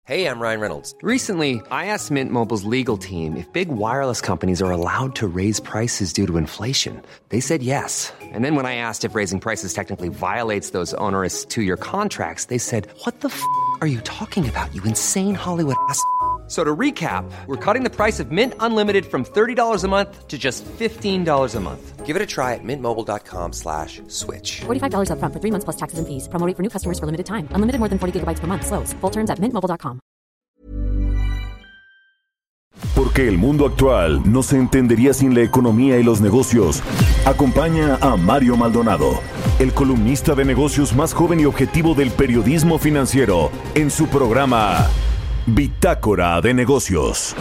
Hey, I'm Ryan Reynolds. Recently, I asked Mint Mobile's legal team if big wireless companies are allowed to raise prices due to inflation. They said yes. And then when I asked if raising prices technically violates those onerous two-year contracts, they said, "What the f*** are you talking about, you insane Hollywood ass?" So to recap, we're cutting the price of Mint Unlimited from $30 a month to just $15 a month. Give it a try at mintmobile.com/switch. $45 up front for 3 months plus taxes and fees. Promo rate for new customers for limited time. Unlimited more than 40 gigabytes per month. Slows full terms at mintmobile.com. Porque el mundo actual no se entendería sin la economía y los negocios. Acompaña a Mario Maldonado, el columnista de negocios más joven y objetivo del periodismo financiero, en su programa Bitácora de Negocios.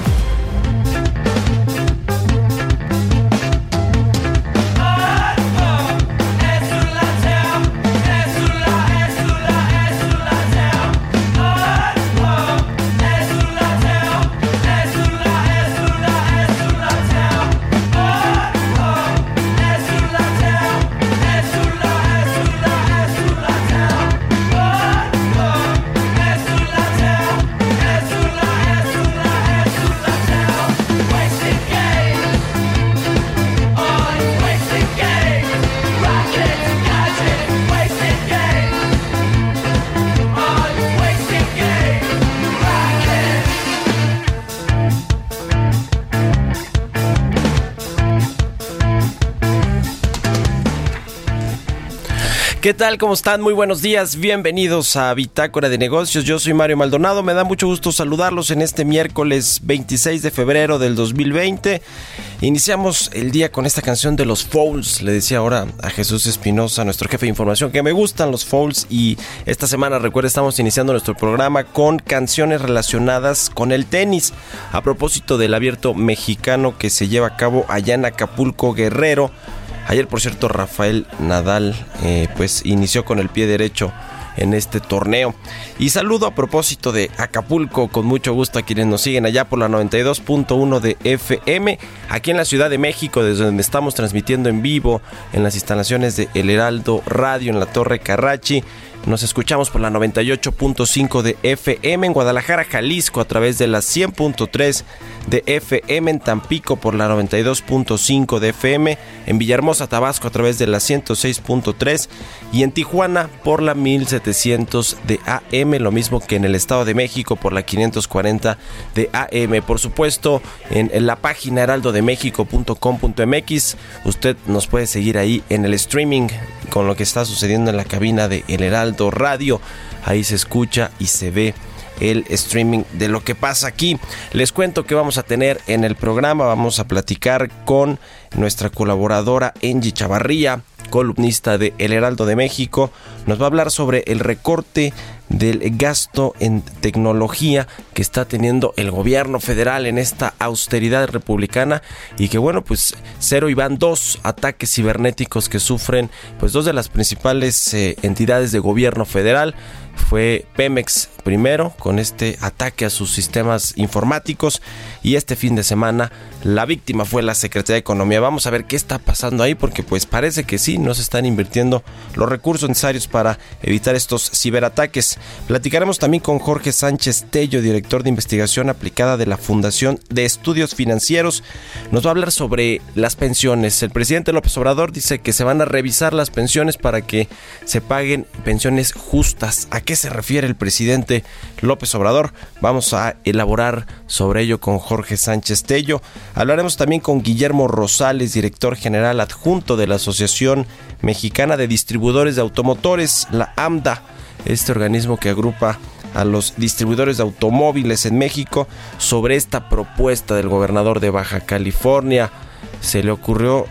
¿Qué tal? ¿Cómo están? Muy buenos días. Bienvenidos a Bitácora de Negocios. Yo soy Mario Maldonado. Me da mucho gusto saludarlos en este miércoles 26 de febrero del 2020. Iniciamos el día con esta canción de los Fouls. Le decía ahora a Jesús Espinosa, nuestro jefe de información, que me gustan los Fouls. Y esta semana, recuerda, estamos iniciando nuestro programa con canciones relacionadas con el tenis. A propósito del Abierto Mexicano que se lleva a cabo allá en Acapulco, Guerrero. Ayer, por cierto, Rafael Nadal pues inició con el pie derecho en este torneo. Y saludo a propósito de Acapulco con mucho gusto a quienes nos siguen allá por la 92.1 de FM, aquí en la Ciudad de México, desde donde estamos transmitiendo en vivo en las instalaciones de El Heraldo Radio en la Torre Carrachi. Nos escuchamos por la 98.5 de FM en Guadalajara, Jalisco, a través de la 100.3 de FM, en Tampico por la 92.5 de FM, en Villahermosa, Tabasco, a través de la 106.3 y en Tijuana por la 1700 de AM, lo mismo que en el Estado de México por la 540 de AM. Por supuesto, en la página heraldodemexico.com.mx, usted nos puede seguir ahí en el streaming con lo que está sucediendo en la cabina de El Heraldo Radio. Ahí se escucha y se ve el streaming de lo que pasa aquí. Les cuento que vamos a tener en el programa, vamos a platicar con nuestra colaboradora Angie Chavarría, columnista de El Heraldo de México. Nos va a hablar sobre el recorte del gasto en tecnología que está teniendo el gobierno federal en esta austeridad republicana, y que bueno, pues cero y van dos ataques cibernéticos que sufren pues dos de las principales entidades de gobierno federal. Fue Pemex primero con este ataque a sus sistemas informáticos, y este fin de semana la víctima fue la Secretaría de Economía. Vamos a ver qué está pasando ahí, porque pues parece que sí, no se están invirtiendo los recursos necesarios para evitar estos ciberataques. Platicaremos también con Jorge Sánchez Tello, director de investigación aplicada de la Fundación de Estudios Financieros. Nos va a hablar sobre las pensiones. El presidente López Obrador dice que se van a revisar las pensiones para que se paguen pensiones justas. ¿A qué se refiere el presidente López Obrador? Vamos a elaborar sobre ello con Jorge Sánchez Tello. Hablaremos también con Guillermo Rosales, director general adjunto de la Asociación Mexicana de Distribuidores de Automotores, la AMDA, este organismo que agrupa a los distribuidores de automóviles en México, sobre esta propuesta del gobernador de Baja California. Se le ocurrió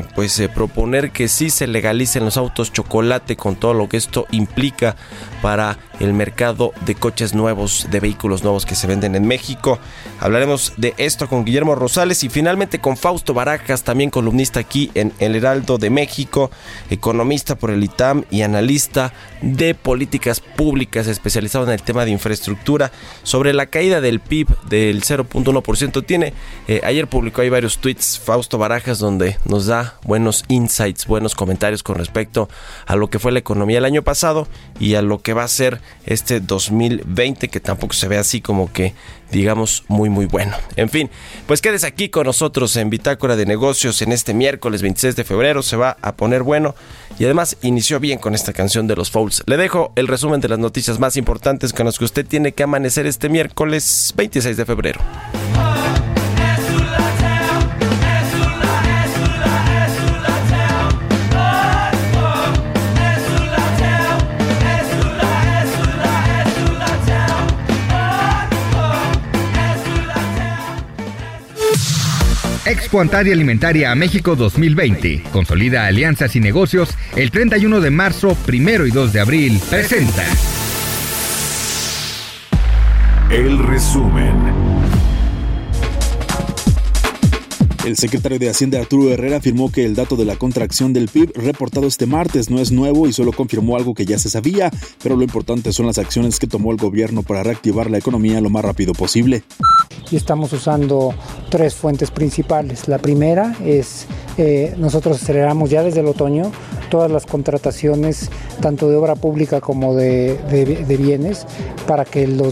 proponer que sí se legalicen los autos chocolate, con todo lo que esto implica para el mercado de coches nuevos, de vehículos nuevos que se venden en México. Hablaremos de esto con Guillermo Rosales y finalmente con Fausto Barajas, también columnista aquí en El Heraldo de México, economista por el ITAM y analista de políticas públicas especializado en el tema de infraestructura, sobre la caída del PIB del 0.1%. Ayer publicó ahí varios tweets Fausto Fausto Barajas, donde nos da buenos insights, buenos comentarios con respecto a lo que fue la economía el año pasado y a lo que va a ser este 2020, que tampoco se ve así como que digamos muy bueno. En fin, pues quédese aquí con nosotros en Bitácora de Negocios en este miércoles 26 de febrero. Se va a poner bueno y además inició bien con esta canción de los Fouls. Le dejo el resumen de las noticias más importantes con las que usted tiene que amanecer este miércoles 26 de febrero. Expo Antaria Alimentaria a México 2020. Consolida alianzas y negocios. El 31 de marzo, 1 y 2 de abril. Presenta. El resumen. El secretario de Hacienda Arturo Herrera afirmó que el dato de la contracción del PIB reportado este martes no es nuevo y solo confirmó algo que ya se sabía, pero lo importante son las acciones que tomó el gobierno para reactivar la economía lo más rápido posible. Y estamos usando 3 fuentes principales. La primera es, nosotros aceleramos ya desde el otoño todas las contrataciones, tanto de obra pública como de bienes, para que el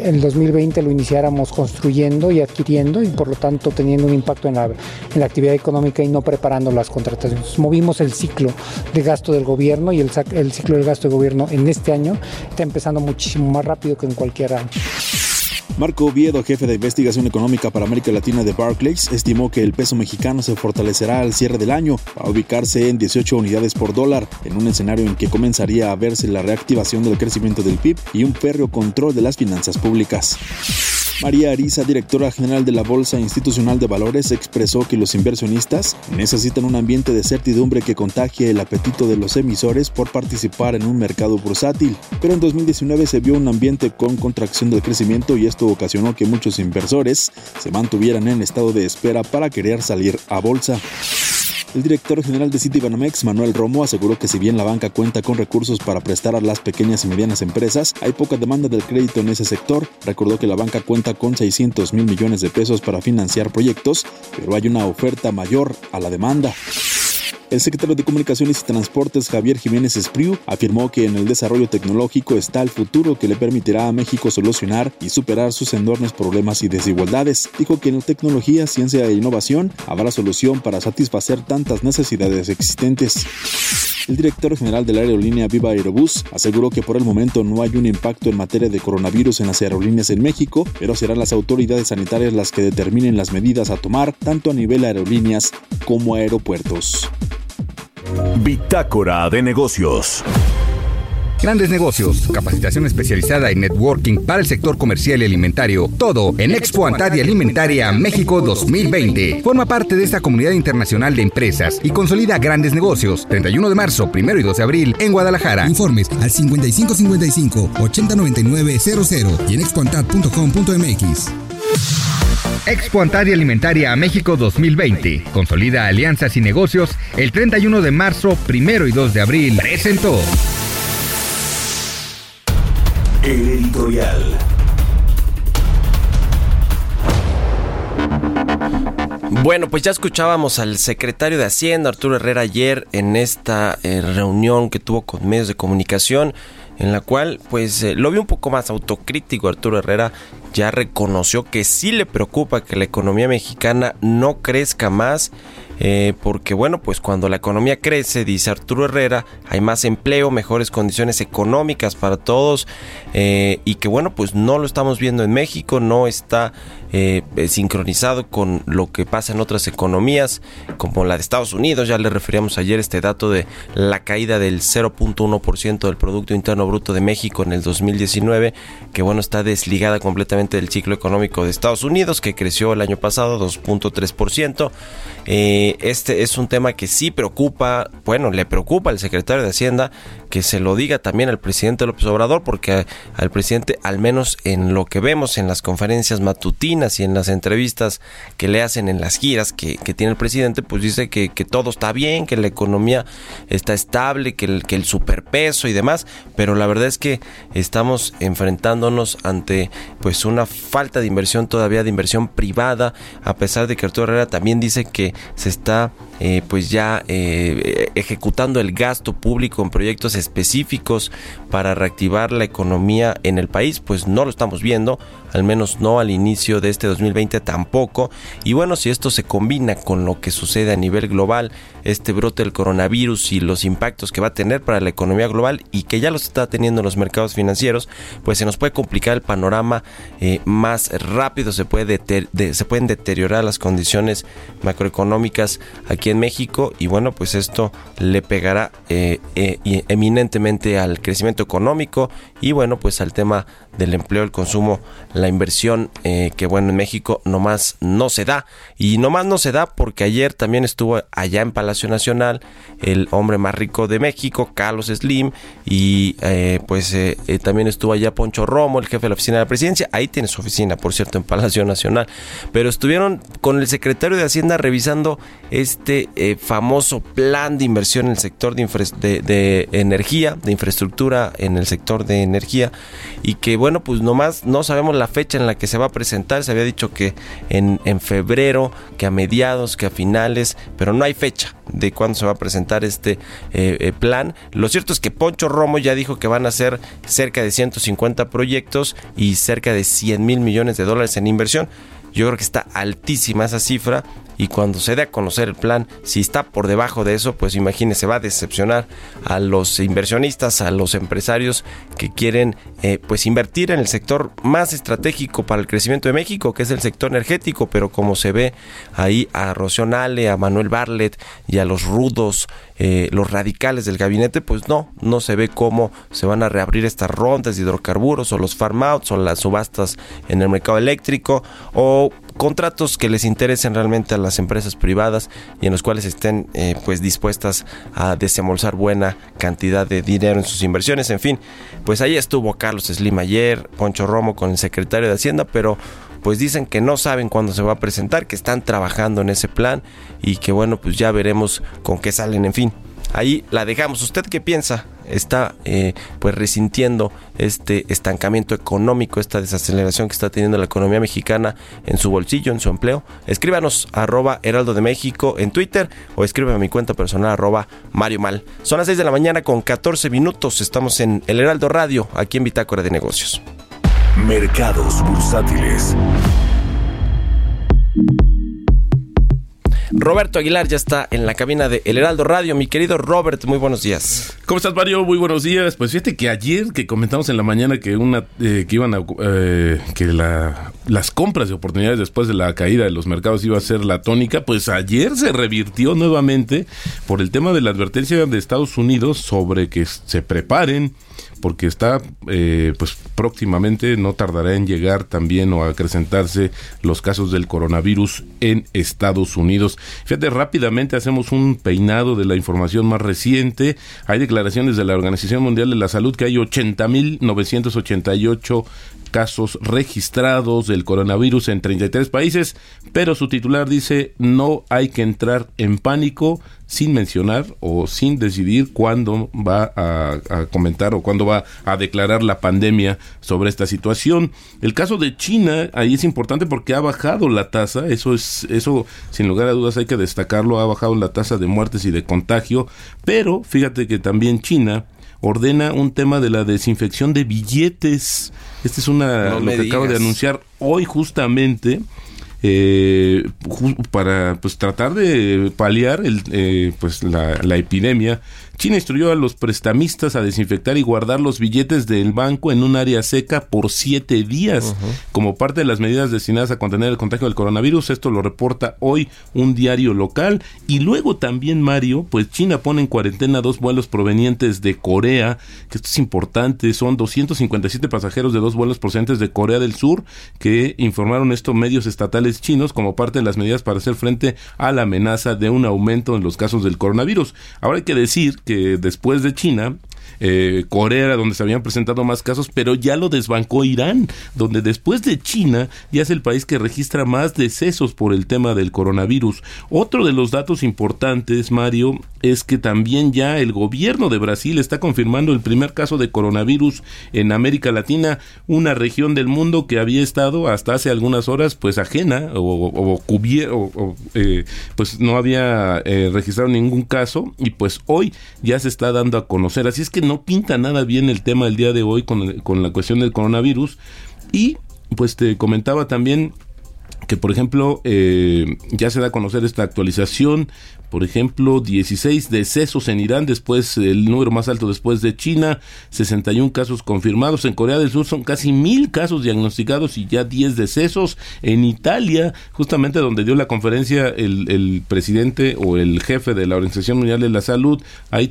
2020 lo iniciáramos construyendo y adquiriendo y por lo tanto teniendo un impacto en la actividad económica y no preparando las contrataciones. Movimos el ciclo de gasto del gobierno y el ciclo del gasto del gobierno en este año está empezando muchísimo más rápido que en cualquier año. Marco Oviedo, jefe de investigación económica para América Latina de Barclays, estimó que el peso mexicano se fortalecerá al cierre del año para ubicarse en 18 unidades por dólar, en un escenario en que comenzaría a verse la reactivación del crecimiento del PIB y un férreo control de las finanzas públicas. María Ariza, directora general de la Bolsa Institucional de Valores, expresó que los inversionistas necesitan un ambiente de certidumbre que contagie el apetito de los emisores por participar en un mercado bursátil. Pero en 2019 se vio un ambiente con contracción del crecimiento y esto ocasionó que muchos inversores se mantuvieran en estado de espera para querer salir a bolsa. El director general de Citibanamex, Manuel Romo, aseguró que si bien la banca cuenta con recursos para prestar a las pequeñas y medianas empresas, hay poca demanda del crédito en ese sector. Recordó que la banca cuenta con 600,000 millones de pesos para financiar proyectos, pero hay una oferta mayor a la demanda. El secretario de Comunicaciones y Transportes, Javier Jiménez Espriu, afirmó que en el desarrollo tecnológico está el futuro que le permitirá a México solucionar y superar sus enormes problemas y desigualdades. Dijo que en tecnología, ciencia e innovación habrá solución para satisfacer tantas necesidades existentes. El director general de la aerolínea Viva Aerobús aseguró que por el momento no hay un impacto en materia de coronavirus en las aerolíneas en México, pero serán las autoridades sanitarias las que determinen las medidas a tomar tanto a nivel aerolíneas como aeropuertos. Bitácora de Negocios. Grandes negocios, capacitación especializada en networking para el sector comercial y alimentario. Todo en Expo Antaria Alimentaria México 2020. Forma parte de esta comunidad internacional de empresas y consolida grandes negocios. 31 de marzo, 1 y 2 de abril en Guadalajara. Informes al 5555-809900 y en expoantad.com.mx. Expo Antaria Alimentaria a México 2020. Consolida alianzas y negocios. El 31 de marzo, 1 y 2 de abril. Presentó. El editorial. Bueno, pues ya escuchábamos al secretario de Hacienda, Arturo Herrera, ayer en esta reunión que tuvo con medios de comunicación, en la cual pues lo vi un poco más autocrítico. Arturo Herrera ya reconoció que sí le preocupa que la economía mexicana no crezca más, porque bueno, pues cuando la economía crece, dice Arturo Herrera, hay más empleo, mejores condiciones económicas para todos, y que bueno, pues no lo estamos viendo en México, no está sincronizado con lo que pasa en otras economías como la de Estados Unidos. Ya le referíamos ayer este dato de la caída del 0.1% del Producto Interno Bruto de México en el 2019, que bueno, está desligada completamente del ciclo económico de Estados Unidos, que creció el año pasado 2.3%, este es un tema que sí preocupa, le preocupa al secretario de Hacienda, que se lo diga también al presidente López Obrador, porque al presidente, al menos en lo que vemos en las conferencias matutinas y en las entrevistas que le hacen en las giras que tiene el presidente, pues dice que todo está bien, que la economía está estable, que el superpeso y demás, pero la verdad es que estamos enfrentándonos ante pues una falta de inversión todavía, de inversión privada, a pesar de que Arturo Herrera también dice que se está ejecutando el gasto público en proyectos específicos para reactivar la economía en el país. Pues no lo estamos viendo, al menos no al inicio de este 2020 tampoco. Y bueno, si esto se combina con lo que sucede a nivel global, este brote del coronavirus y los impactos que va a tener para la economía global y que ya los está teniendo en los mercados financieros, pues se nos puede complicar el panorama más rápido, se pueden deteriorar las condiciones macroeconómicas aquí en México, y bueno, pues esto le pegará eminentemente al crecimiento económico y bueno, pues al tema del empleo, el consumo, la inversión, que bueno, en México nomás no se da, y nomás no se da porque ayer también estuvo allá en Palacio Nacional el hombre más rico de México, Carlos Slim, y también estuvo allá Poncho Romo, el jefe de la oficina de la presidencia. Ahí tiene su oficina, por cierto, en Palacio Nacional, pero estuvieron con el secretario de Hacienda revisando este famoso plan de inversión en el sector de energía, de infraestructura en el sector de energía, y que bueno, pues nomás no sabemos la fecha en la que se va a presentar. Se había dicho que en febrero, que a mediados, que a finales, pero no hay fecha de cuándo se va a presentar este plan. Lo cierto es que Poncho Romo ya dijo que van a ser cerca de 150 proyectos y cerca de 100,000 millones de dólares en inversión. Yo creo que está altísima esa cifra, y cuando se dé a conocer el plan, si está por debajo de eso, pues imagínese, va a decepcionar a los inversionistas, a los empresarios que quieren pues invertir en el sector más estratégico para el crecimiento de México, que es el sector energético. Pero como se ve ahí a Rocío Nale, a Manuel Bartlett y a los rudos, los radicales del gabinete, pues no se ve cómo se van a reabrir estas rondas de hidrocarburos, o los farm outs, o las subastas en el mercado eléctrico, o contratos que les interesen realmente a las empresas privadas y en los cuales estén pues dispuestas a desembolsar buena cantidad de dinero en sus inversiones. En fin, pues ahí estuvo Carlos Slim ayer, Poncho Romo con el secretario de Hacienda, pero pues dicen que no saben cuándo se va a presentar, que están trabajando en ese plan y que bueno, pues ya veremos con qué salen. En fin, ahí la dejamos. ¿Usted qué piensa? ¿Está pues resintiendo este estancamiento económico, esta desaceleración que está teniendo la economía mexicana en su bolsillo, en su empleo? Escríbanos @Heraldo de México en Twitter, o escríbeme a mi cuenta personal @Mario Mal. Son las 6 de la mañana con 14 minutos. Estamos en El Heraldo Radio, aquí en Bitácora de Negocios. Mercados bursátiles. Roberto Aguilar ya está en la cabina de El Heraldo Radio. Mi querido Robert, muy buenos días. ¿Cómo estás, Mario? Muy buenos días. Pues fíjate que ayer que comentamos en la mañana que las compras de oportunidades después de la caída de los mercados iba a ser la tónica, pues ayer se revirtió nuevamente por el tema de la advertencia de Estados Unidos sobre que se preparen, porque está pues próximamente, no tardará en llegar también o a acrecentarse los casos del coronavirus en Estados Unidos. Fíjate, rápidamente hacemos un peinado de la información más reciente. Hay declaraciones de la Organización Mundial de la Salud que hay 80,988 casos registrados del coronavirus en 33 países, pero su titular dice: no hay que entrar en pánico, sin mencionar o sin decidir cuándo va a comentar o cuándo va a declarar la pandemia sobre esta situación. El caso de China, ahí es importante porque ha bajado la tasa, eso sin lugar a dudas hay que destacarlo, ha bajado la tasa de muertes y de contagio, pero fíjate que también China ordena un tema de la desinfección de billetes. Esta es lo que acaba de anunciar hoy justamente, para pues tratar de paliar la epidemia. China instruyó a los prestamistas a desinfectar y guardar los billetes del banco en un área seca por 7 días, como parte de las medidas destinadas a contener el contagio del coronavirus. Esto lo reporta hoy un diario local. Y luego también, Mario, pues China pone en cuarentena 2 vuelos provenientes de Corea, que esto es importante, son 257 pasajeros de 2 vuelos procedentes de Corea del Sur, que informaron estos medios estatales chinos como parte de las medidas para hacer frente a la amenaza de un aumento en los casos del coronavirus. Ahora hay que decir que después de China, Corea era donde se habían presentado más casos, pero ya lo desbancó Irán, donde después de China ya es el país que registra más decesos por el tema del coronavirus. Otro de los datos importantes, Mario, es que también ya el gobierno de Brasil está confirmando el primer caso de coronavirus en América Latina, una región del mundo que había estado hasta hace algunas horas pues ajena pues no había registrado ningún caso, y pues hoy ya se está dando a conocer. Así es que no pinta nada bien el tema el día de hoy con la cuestión del coronavirus. Y pues te comentaba también que, por ejemplo, ya se da a conocer esta actualización. Por ejemplo, 16 decesos en Irán, después el número más alto después de China, 61 casos confirmados. En Corea del Sur son casi 1,000 casos diagnosticados y ya 10 decesos. En Italia, justamente donde dio la conferencia el presidente o el jefe de la Organización Mundial de la Salud, hay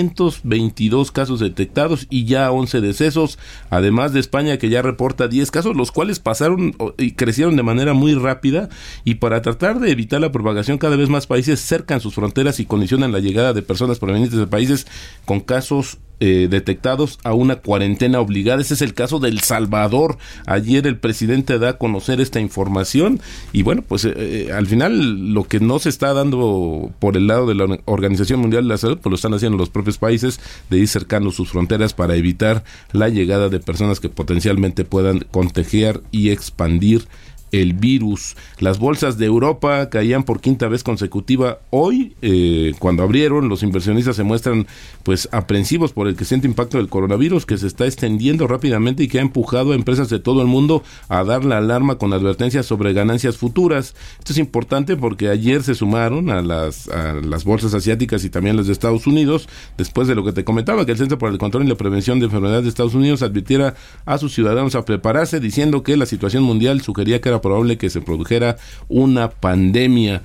322 casos detectados y ya 11 decesos. Además de España, que ya reporta 10 casos, los cuales pasaron y crecieron de manera muy rápida, y para tratar de evitar la propagación, cada vez más países cercan sus fronteras y condicionan la llegada de personas provenientes de países con casos detectados a una cuarentena obligada. Ese es el caso de El Salvador. Ayer el presidente da a conocer esta información y bueno, pues al final lo que no se está dando por el lado de la Organización Mundial de la Salud, pues lo están haciendo los propios países, de ir cercando sus fronteras para evitar la llegada de personas que potencialmente puedan contagiar y expandir el virus. Las bolsas de Europa caían por 5ª vez consecutiva hoy. Cuando abrieron, los inversionistas se muestran pues aprensivos por el creciente impacto del coronavirus, que se está extendiendo rápidamente y que ha empujado a empresas de todo el mundo a dar la alarma con advertencias sobre ganancias futuras. Esto es importante porque ayer se sumaron a las bolsas asiáticas y también las de Estados Unidos, después de lo que te comentaba, que el Centro para el Control y la Prevención de Enfermedades de Estados Unidos advirtiera a sus ciudadanos a prepararse, diciendo que la situación mundial sugería que era probable que se produjera una pandemia.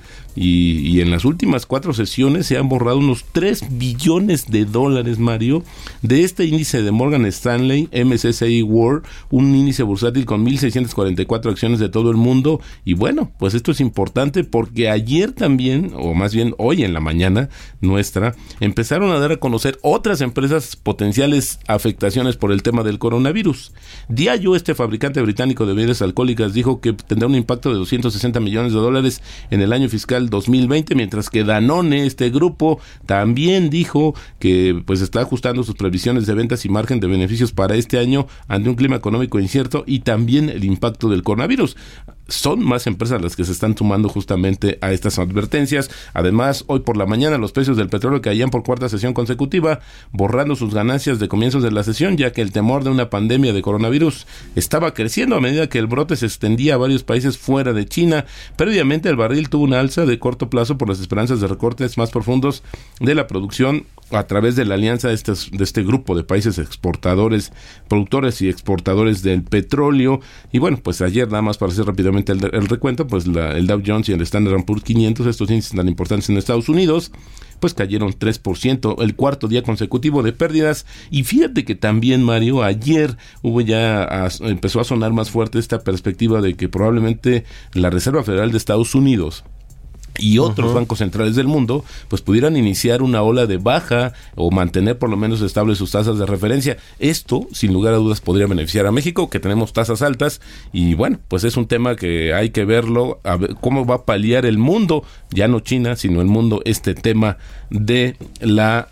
Y en las últimas 4 sesiones se han borrado unos $3 billones, Mario, de este índice de Morgan Stanley, MSCI World, un índice bursátil con 1,644 acciones de todo el mundo. Y bueno, pues esto es importante porque ayer también, o más bien hoy en la mañana nuestra, empezaron a dar a conocer otras empresas potenciales afectaciones por el tema del coronavirus. Diageo, este fabricante británico de bebidas alcohólicas, dijo que tendrá un impacto de $260 millones en el año fiscal 2020, mientras que Danone, este grupo, también dijo que pues está ajustando sus previsiones de ventas y margen de beneficios para este año ante un clima económico incierto y también el impacto del coronavirus. Son más empresas las que se están sumando justamente a estas advertencias. Además, hoy por la mañana los precios del petróleo caían por 4ª sesión consecutiva, borrando sus ganancias de comienzos de la sesión, ya que el temor de una pandemia de coronavirus estaba creciendo a medida que el brote se extendía a varios países fuera de China. Previamente, el barril tuvo una alza de corto plazo por las esperanzas de recortes más profundos de la producción a través de la alianza de este grupo de países productores y exportadores del petróleo. Y bueno, pues ayer, nada más para hacer rápidamente el recuento, pues el Dow Jones y el Standard & Poor's 500, estos índices tan importantes en Estados Unidos, pues cayeron 3%, el 4º día consecutivo de pérdidas. Y fíjate que también, Mario, ayer empezó a sonar más fuerte esta perspectiva de que probablemente la Reserva Federal de Estados Unidos y otros bancos centrales del mundo pues pudieran iniciar una ola de baja o mantener por lo menos estables sus tasas de referencia. Esto, sin lugar a dudas, podría beneficiar a México, que tenemos tasas altas, y bueno, pues es un tema que hay que verlo, a ver cómo va a paliar el mundo, ya no China, sino el mundo, este tema de la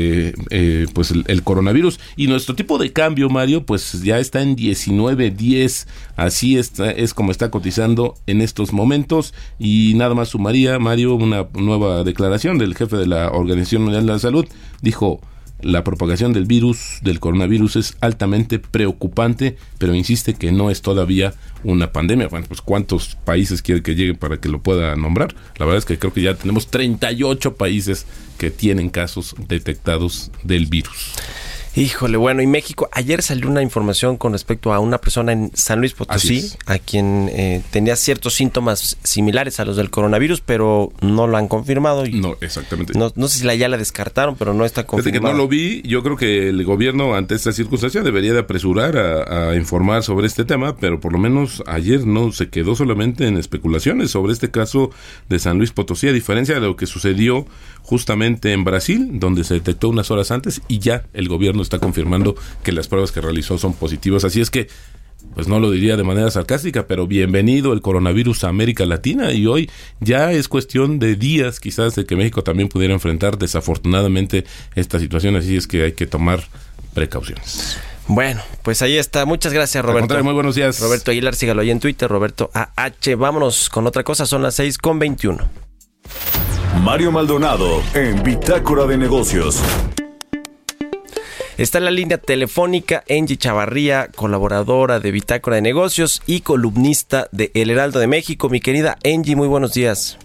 pues el coronavirus. Y nuestro tipo de cambio, Mario, pues ya está en 19.10, así es como está cotizando en estos momentos. Y nada más sumaría, Mario, una nueva declaración del jefe de la Organización Mundial de la Salud. Dijo la propagación del coronavirus es altamente preocupante, pero insiste que no es todavía una pandemia. Bueno, pues ¿cuántos países quiere que llegue para que lo pueda nombrar? La verdad es que creo que ya tenemos 38 países que tienen casos detectados del virus. Híjole, bueno, y México, ayer salió una información con respecto a una persona en San Luis Potosí, a quien tenía ciertos síntomas similares a los del coronavirus, pero no lo han confirmado. No, exactamente. No sé si ya la descartaron, pero no está confirmado. Desde que no lo vi, yo creo que el gobierno ante esta circunstancia debería de apresurar a informar sobre este tema, pero por lo menos ayer no se quedó solamente en especulaciones sobre este caso de San Luis Potosí, a diferencia de lo que sucedió justamente en Brasil, donde se detectó unas horas antes y ya el gobierno está confirmando que las pruebas que realizó son positivas. Así es que, pues no lo diría de manera sarcástica, pero bienvenido el coronavirus a América Latina, y hoy ya es cuestión de días quizás de que México también pudiera enfrentar desafortunadamente esta situación, así es que hay que tomar precauciones. Bueno, pues ahí está. Muchas gracias, Roberto. Muy buenos días. Roberto Aguilar, sígalo ahí en Twitter, Roberto AH. Vámonos con otra cosa, son las 6:21. Mario Maldonado en Bitácora de Negocios. Está en la línea telefónica Angie Chavarría, colaboradora de Bitácora de Negocios y columnista de El Heraldo de México. Mi querida Angie, muy buenos días.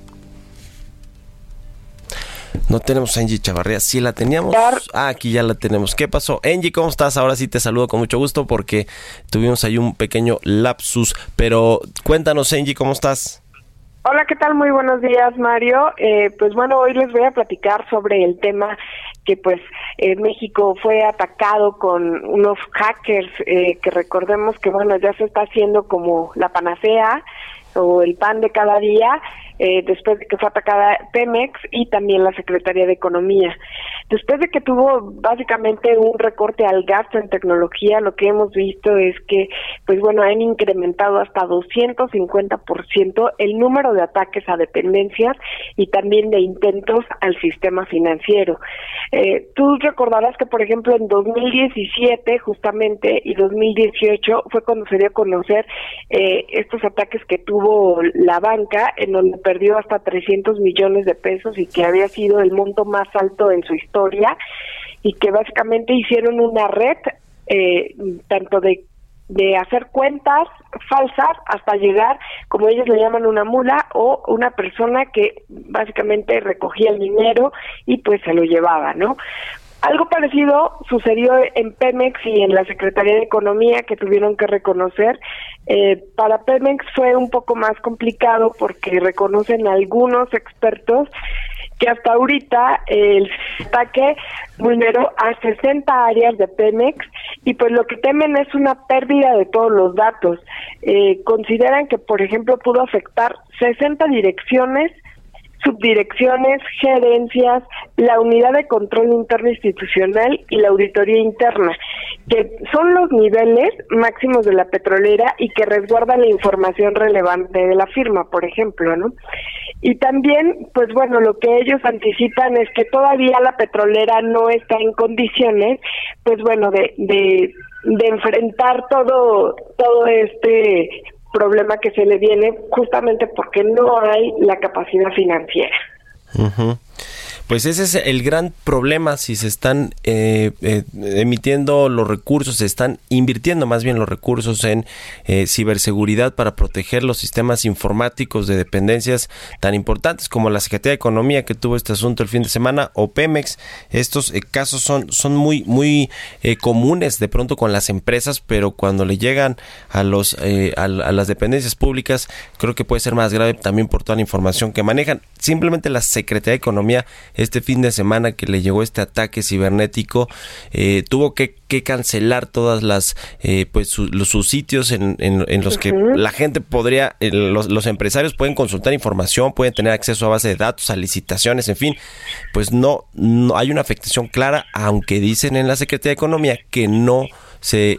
No tenemos a Angie Chavarría. Sí la teníamos. Aquí ya la tenemos. ¿Qué pasó? Angie, ¿cómo estás? Ahora sí te saludo con mucho gusto porque tuvimos ahí un pequeño lapsus. Pero cuéntanos, Angie, ¿cómo estás? Hola, ¿qué tal? Muy buenos días, Mario. Pues bueno, hoy les voy a platicar sobre el tema que pues México fue atacado con unos hackers que recordemos que bueno, ya se está haciendo como la panacea o el pan de cada día, después de que fue atacada Pemex y también la Secretaría de Economía. Después de que tuvo básicamente un recorte al gasto en tecnología, lo que hemos visto es que, pues bueno, han incrementado hasta 250% el número de ataques a dependencias y también de intentos al sistema financiero. Tú recordarás que, por ejemplo, en 2017 justamente y 2018 fue cuando se dio a conocer estos ataques que tuvo la banca, en donde perdió hasta 300 millones de pesos y que había sido el monto más alto en su historia, y que básicamente hicieron una red tanto de hacer cuentas falsas hasta llegar, como ellos le llaman, una mula o una persona que básicamente recogía el dinero y pues se lo llevaba, ¿no? Algo parecido sucedió en Pemex y en la Secretaría de Economía, que tuvieron que reconocer. Para Pemex fue un poco más complicado porque reconocen algunos expertos que hasta ahorita el ataque vulneró a 60 áreas de Pemex y pues lo que temen es una pérdida de todos los datos. Consideran que, por ejemplo, pudo afectar 60 direcciones, subdirecciones, gerencias, la unidad de control interno institucional y la auditoría interna, que son los niveles máximos de la petrolera y que resguardan la información relevante de la firma, por ejemplo, ¿no? Y también, pues bueno, lo que ellos anticipan es que todavía la petrolera no está en condiciones, pues bueno, de enfrentar todo este problema que se le viene, justamente porque no hay la capacidad financiera. Uh-huh. Pues ese es el gran problema, si se están emitiendo los recursos, se están invirtiendo más bien los recursos en ciberseguridad para proteger los sistemas informáticos de dependencias tan importantes como la Secretaría de Economía, que tuvo este asunto el fin de semana, o Pemex. Estos casos son muy comunes de pronto con las empresas, pero cuando le llegan a las dependencias públicas, creo que puede ser más grave también por toda la información que manejan. Simplemente la Secretaría de Economía, este fin de semana que le llegó este ataque cibernético, tuvo que cancelar todas las sus sitios en los que la gente podría, los empresarios pueden consultar información, pueden tener acceso a base de datos, a licitaciones, en fin. Pues no hay una afectación clara, aunque dicen en la Secretaría de Economía que no se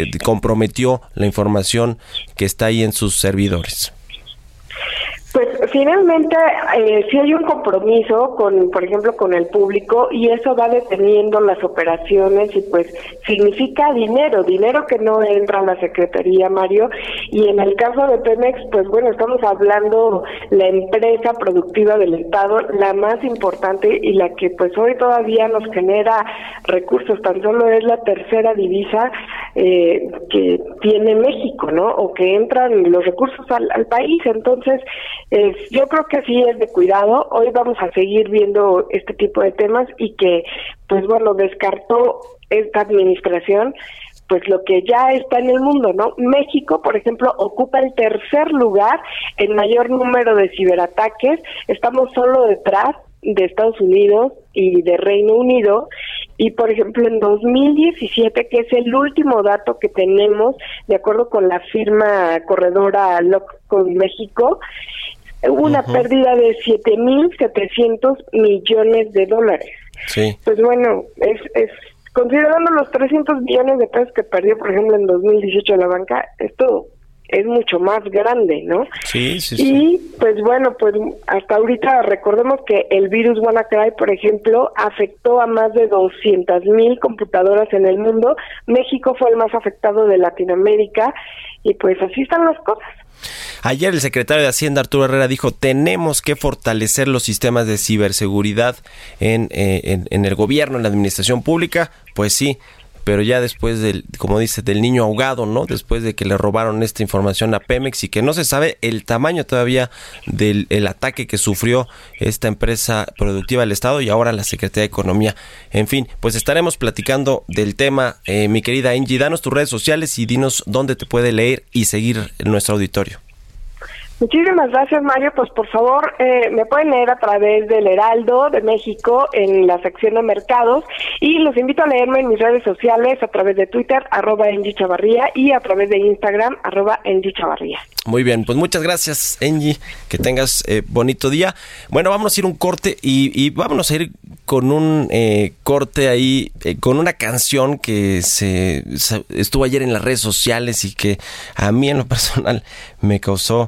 comprometió la información que está ahí en sus servidores. Pues finalmente sí hay un compromiso con, por ejemplo, con el público, y eso va deteniendo las operaciones y pues significa dinero que no entra a la Secretaría, Mario. Y en el caso de Pemex, pues bueno, estamos hablando la empresa productiva del Estado, la más importante y la que pues hoy todavía nos genera recursos. Tan solo es la tercera divisa que tiene México, ¿no? O que entran los recursos al país. Entonces, yo creo que sí es de cuidado. Hoy vamos a seguir viendo este tipo de temas y que, pues bueno, descartó esta administración pues lo que ya está en el mundo, ¿no? México, por ejemplo, ocupa el tercer lugar en mayor número de ciberataques. Estamos solo detrás de Estados Unidos y de Reino Unido. Y por ejemplo en 2017, que es el último dato que tenemos, de acuerdo con la firma corredora Lockcon México, hubo una pérdida de 7,700 millones de dólares. Sí. Pues bueno, es considerando los 300 millones de pesos que perdió, por ejemplo, en 2018 la banca, esto es mucho más grande, ¿no? Sí. Y pues bueno, pues hasta ahorita recordemos que el virus WannaCry, por ejemplo, afectó a más de 200,000 computadoras en el mundo. México fue el más afectado de Latinoamérica y pues así están las cosas. Ayer el secretario de Hacienda, Arturo Herrera, dijo: tenemos que fortalecer los sistemas de ciberseguridad en el gobierno, en la administración pública. Pues sí, pero ya después como dice, del niño ahogado, ¿no? Después de que le robaron esta información a Pemex y que no se sabe el tamaño todavía del ataque que sufrió esta empresa productiva del Estado y ahora la Secretaría de Economía. En fin, pues estaremos platicando del tema. Mi querida Angie, danos tus redes sociales y dinos dónde te puede leer y seguir nuestro auditorio. Muchísimas gracias, Mario. Pues por favor, me pueden leer a través del Heraldo de México en la sección de mercados, y los invito a leerme en mis redes sociales a través de Twitter, @AngieChavarría, y a través de Instagram, @AngieChavarría. Muy bien, pues muchas gracias, Angie, que tengas bonito día. Bueno, vamos a ir un corte y vámonos a ir con un corte ahí, con una canción que estuvo ayer en las redes sociales y que a mí en lo personal me causó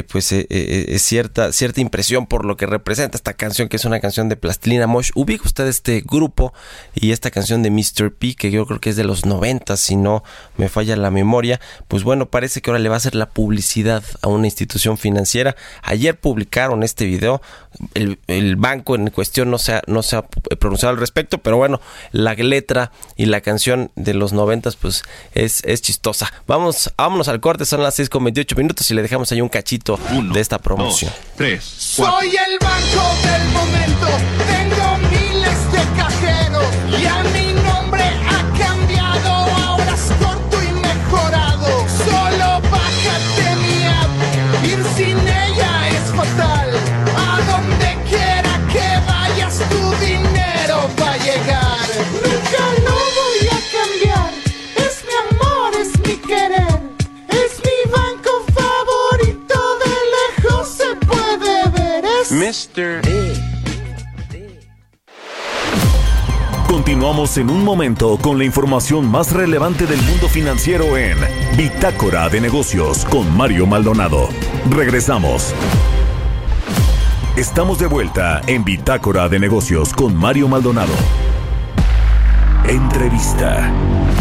cierta impresión por lo que representa esta canción, que es una canción de Plastilina Mosh. ¿Ubica usted este grupo y esta canción de Mr. P, que yo creo que es de los 90, si no me falla la memoria? Pues bueno, parece que ahora le va a hacer la publicidad a una institución financiera. Ayer publicaron este video. El banco en cuestión no se ha pronunciado al respecto, pero bueno, la letra y la canción de los 90 pues es chistosa. Vámonos al corte, son las 6:28 y le dejamos ahí un cachito de esta promoción. 1, 2, 3, 4. Soy el banco del momento, tengo miles de cajeros y a mi nombre ha cambiado, ahora es corto y mejorado. Solo bájate mi app, ir sin ella es fatal. A donde quiera que vayas tu dinero va a llegar. Nunca lo voy a cambiar, es mi amor, es mi querer. Es mi banco favorito, de lejos se puede ver. Es Mr. Continuamos en un momento con la información más relevante del mundo financiero en Bitácora de Negocios con Mario Maldonado. Regresamos. Estamos de vuelta en Bitácora de Negocios con Mario Maldonado. Entrevista.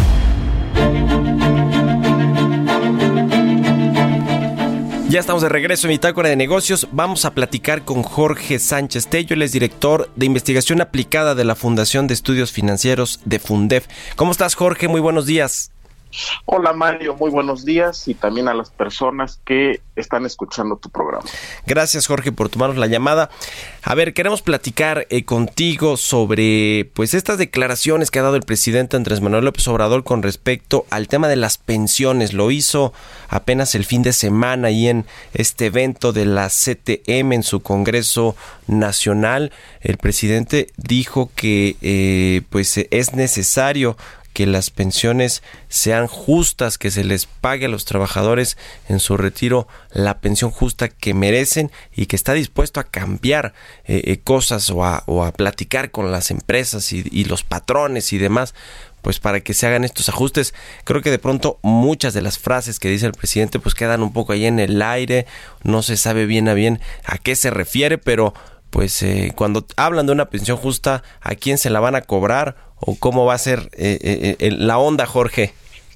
Ya estamos de regreso en Bitácora de Negocios. Vamos a platicar con Jorge Sánchez Tello. Él es director de investigación aplicada de la Fundación de Estudios Financieros de Fundef. ¿Cómo estás, Jorge? Muy buenos días. Hola, Mario, muy buenos días, y también a las personas que están escuchando tu programa. Gracias, Jorge, por tomarnos la llamada. A ver, queremos platicar contigo sobre pues estas declaraciones que ha dado el presidente Andrés Manuel López Obrador con respecto al tema de las pensiones. Lo hizo apenas el fin de semana y en este evento de la CTM en su Congreso Nacional. El presidente dijo que pues es necesario que las pensiones sean justas, que se les pague a los trabajadores en su retiro la pensión justa que merecen, y que está dispuesto a cambiar cosas o a platicar con las empresas y los patrones y demás pues para que se hagan estos ajustes. Creo que de pronto muchas de las frases que dice el presidente pues quedan un poco ahí en el aire, no se sabe bien a qué se refiere, pero pues cuando hablan de una pensión justa, ¿a quién se la van a cobrar o cómo va a ser la onda, Jorge?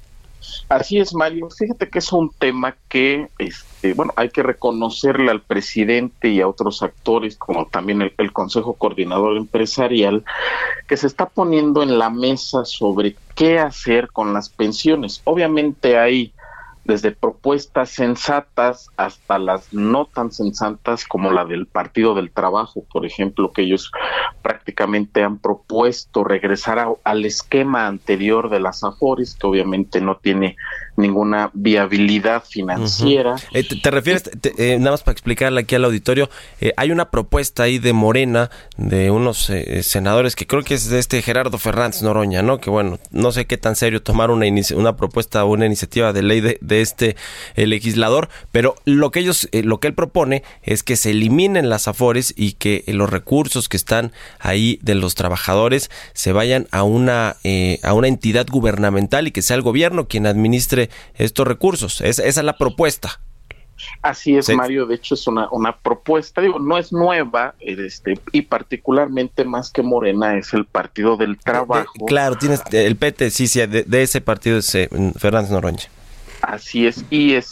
Así es, Mario. Fíjate que es un tema que, hay que reconocerle al presidente y a otros actores, como también el Consejo Coordinador Empresarial, que se está poniendo en la mesa sobre qué hacer con las pensiones. Obviamente hay desde propuestas sensatas hasta las no tan sensatas, como la del Partido del Trabajo, por ejemplo, que ellos prácticamente han propuesto regresar al esquema anterior de las AFORES, que obviamente no tiene ninguna viabilidad financiera. ¿Te refieres, nada más para explicarle aquí al auditorio, hay una propuesta ahí de Morena, de unos senadores, que creo que es de Gerardo Fernández Noroña, ¿no? Que bueno, no sé qué tan serio tomar una propuesta o una iniciativa de ley de el legislador, pero lo que él propone es que se eliminen las AFORES y que los recursos que están ahí de los trabajadores se vayan a una entidad gubernamental y que sea el gobierno quien administre estos recursos. Esa es la propuesta. Así es, sí. Mario, de hecho es una propuesta, no es nueva, y particularmente más que Morena es el Partido del Trabajo. Claro, tienes el PT, sí, de ese partido es Fernández Noroña. Así es,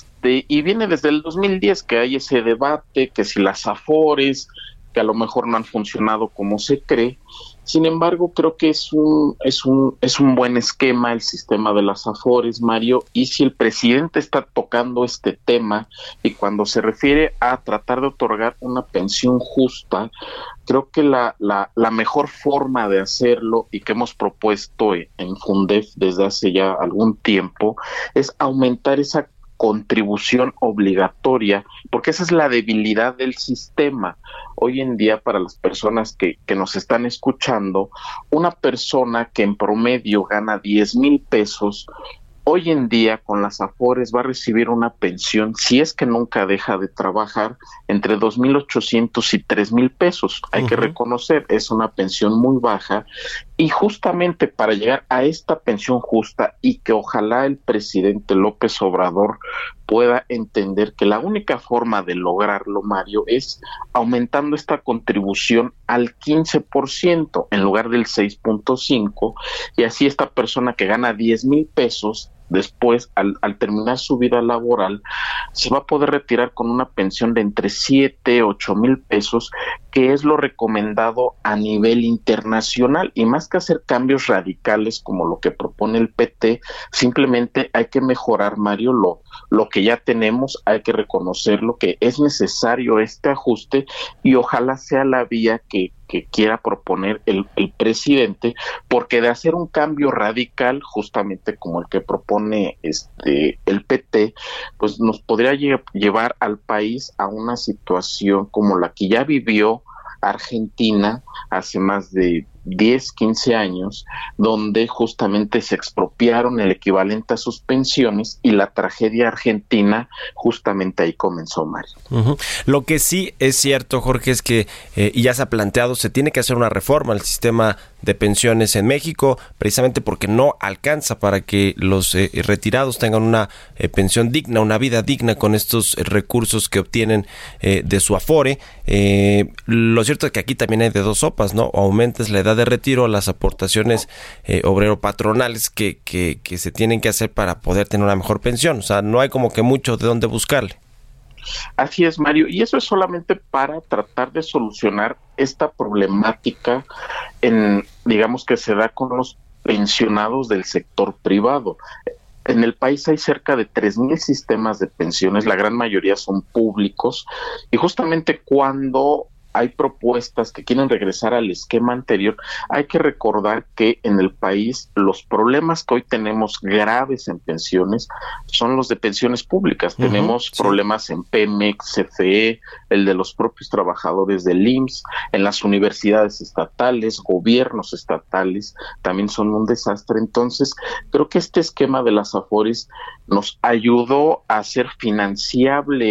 y viene desde el 2010 que hay ese debate, que si las AFORES, que a lo mejor no han funcionado como se cree. Sin embargo, creo que es un buen esquema el sistema de las AFORES, Mario, y si el presidente está tocando este tema y cuando se refiere a tratar de otorgar una pensión justa, creo que la mejor forma de hacerlo y que hemos propuesto en Fundef desde hace ya algún tiempo es aumentar esa contribución obligatoria, porque esa es la debilidad del sistema. Hoy en día, para las personas que nos están escuchando, una persona que en promedio gana 10,000 pesos, hoy en día con las AFORES va a recibir una pensión, si es que nunca deja de trabajar, entre 2,800 y 3,000 pesos. Hay que reconocer, es una pensión muy baja, y justamente para llegar a esta pensión justa y que ojalá el presidente López Obrador pueda entender que la única forma de lograrlo, Mario, es aumentando esta contribución al 15% en lugar del 6.5%, y así esta persona que gana 10,000 pesos, después, al terminar su vida laboral, se va a poder retirar con una pensión de entre 7, 8,000 pesos, que es lo recomendado a nivel internacional. Y más que hacer cambios radicales como lo que propone el PT, simplemente hay que mejorar, Mario, lo que ya tenemos, hay que reconocerlo, que es necesario este ajuste, y ojalá sea la vía que quiera proponer el presidente, porque de hacer un cambio radical, justamente como el que propone el PT, pues nos podría llevar al país a una situación como la que ya vivió Argentina hace más de 10, 15 años, donde justamente se expropiaron el equivalente a sus pensiones, y la tragedia argentina justamente ahí comenzó, Mario. Lo que sí es cierto, Jorge, es que, y ya se ha planteado, se tiene que hacer una reforma al sistema de pensiones en México, precisamente porque no alcanza para que los retirados tengan una pensión digna, una vida digna con estos recursos que obtienen de su Afore. Lo cierto es que aquí también hay de dos sopas, ¿no? O aumentas la edad de retiro, las aportaciones obrero-patronales que se tienen que hacer para poder tener una mejor pensión. O sea, no hay como que mucho de dónde buscarle. Así es, Mario, y eso es solamente para tratar de solucionar esta problemática digamos que se da con los pensionados del sector privado. En el país hay cerca de 3,000 sistemas de pensiones, la gran mayoría son públicos, y justamente cuando hay propuestas que quieren regresar al esquema anterior, hay que recordar que en el país los problemas que hoy tenemos graves en pensiones son los de pensiones públicas. Tenemos problemas en Pemex, CFE, el de los propios trabajadores del IMSS, en las universidades estatales, gobiernos estatales, también son un desastre. Entonces, creo que este esquema de las AFORES nos ayudó a hacer financiable